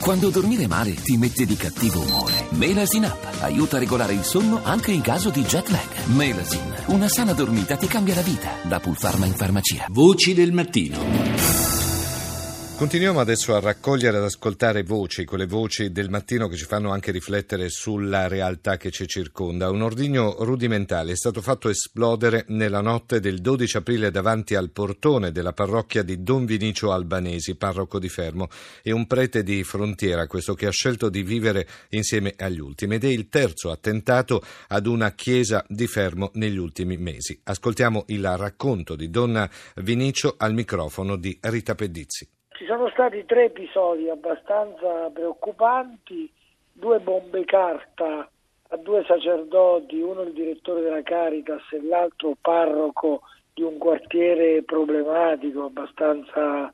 Quando dormire male ti mette di cattivo umore, Melasin Up aiuta a regolare il sonno anche in caso di jet lag. Melasin, una sana dormita ti cambia la vita. Da Pulpharma in farmacia. Voci del mattino. Continuiamo adesso a raccogliere ed ascoltare voci, quelle voci del mattino che ci fanno anche riflettere sulla realtà che ci circonda. Un ordigno rudimentale è stato fatto esplodere nella notte del 12 aprile davanti al portone della parrocchia di Don Vinicio Albanesi, parroco di Fermo, e un prete di Frontiera, questo che ha scelto di vivere insieme agli ultimi. Ed è il terzo attentato ad una chiesa di Fermo negli ultimi mesi. Ascoltiamo il racconto di Don Vinicio al microfono di Rita Pedizzi. Ci sono stati 3 episodi abbastanza preoccupanti, 2 bombe carta a 2 sacerdoti, uno il direttore della Caritas e l'altro parroco di un quartiere problematico, abbastanza,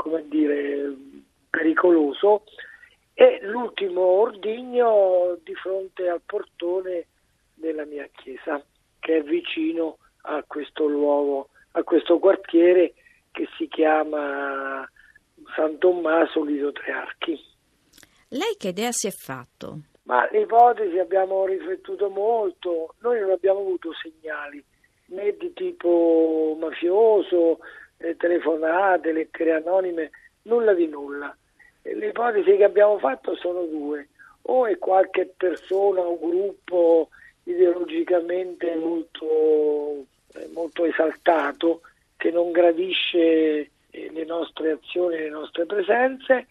pericoloso, e l'ultimo ordigno di fronte al portone della mia chiesa, che è vicino a questo luogo, a questo quartiere che si chiama San Tommaso Lido Tre Archi. Lei che idea si è fatto? Ma l'ipotesi, abbiamo riflettuto molto, noi non abbiamo avuto segnali né di tipo mafioso, telefonate, lettere anonime, nulla di nulla. Le ipotesi che abbiamo fatto sono 2: o è qualche persona o gruppo ideologicamente molto esaltato che non gradisce le nostre azioni, le nostre presenze,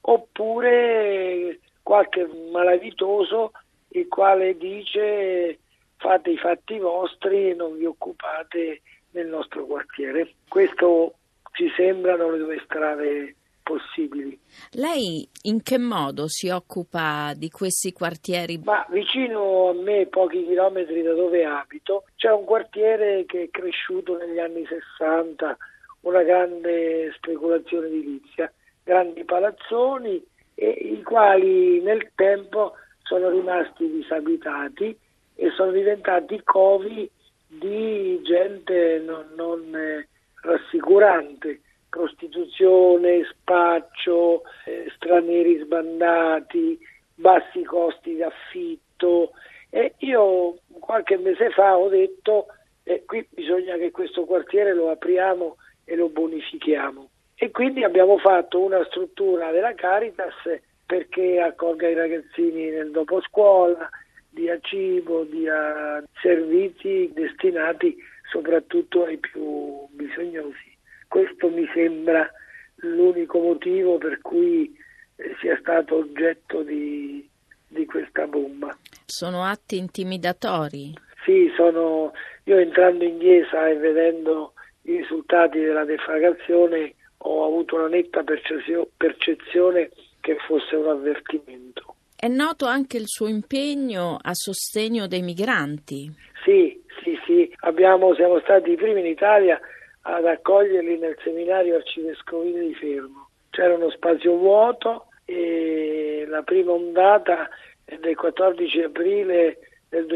oppure qualche malavitoso il quale dice: fate i fatti vostri e non vi occupate del nostro quartiere. Questo ci sembrano le 2 strade possibili. Lei in che modo si occupa di questi quartieri? Ma vicino a me, pochi chilometri da dove abito, c'è un quartiere che è cresciuto negli anni 60, una grande speculazione edilizia, grandi palazzoni, e i quali nel tempo sono rimasti disabitati e sono diventati covi di gente non rassicurante, prostituzione, spaccio, stranieri sbandati, bassi costi d'affitto. E io qualche mese fa ho detto: qui bisogna che questo quartiere lo apriamo e lo bonifichiamo. E quindi abbiamo fatto una struttura della Caritas perché accolga i ragazzini nel doposcuola, dia cibo, dia servizi destinati soprattutto ai più bisognosi. Questo mi sembra l'unico motivo per cui sia stato oggetto di questa bomba. Sono atti intimidatori? Sì, io entrando in chiesa e vedendo i risultati della deflagrazione ho avuto una netta percezione che fosse un avvertimento. È noto anche il suo impegno a sostegno dei migranti. Sì, siamo stati i primi in Italia ad accoglierli nel seminario arcivescovile di Fermo. C'era uno spazio vuoto e la prima ondata è del 14 aprile del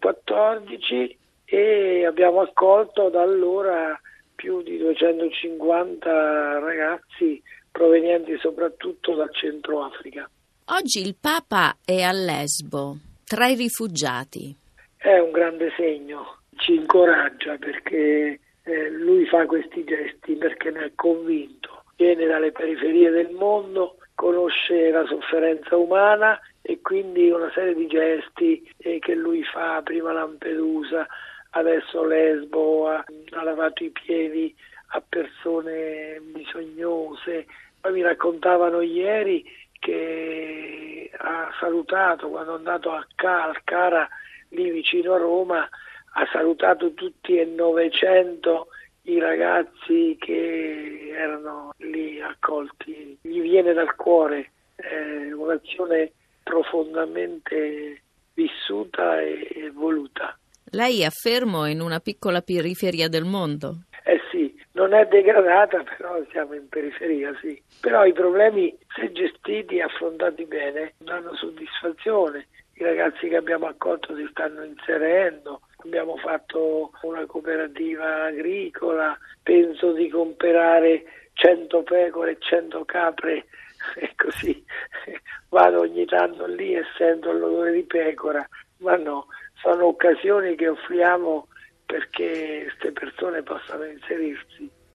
2014 e abbiamo accolto da allora più di 250 ragazzi provenienti soprattutto dal Centro Africa. Oggi il Papa è a Lesbo, tra i rifugiati. È un grande segno, ci incoraggia perché lui fa questi gesti perché ne è convinto. Viene dalle periferie del mondo, conosce la sofferenza umana e quindi una serie di gesti che lui fa, prima Lampedusa, adesso Lesbo, ha lavato i piedi a persone bisognose. Poi mi raccontavano ieri che ha salutato, quando è andato al Cara, lì vicino a Roma, ha salutato tutti e 900 i ragazzi che erano lì accolti. Gli viene dal cuore, un'azione profondamente vissuta e voluta. Lei è a Fermo, in una piccola periferia del mondo? Sì, non è degradata, però siamo in periferia, sì. Però i problemi, se gestiti e affrontati bene, danno soddisfazione. I ragazzi che abbiamo accolto si stanno inserendo, abbiamo fatto una cooperativa agricola, penso di comprare 100 pecore e 100 capre e così vado ogni tanto lì e sento l'odore di pecora, ma no, sono occasioni che offriamo perché queste persone possano inserirsi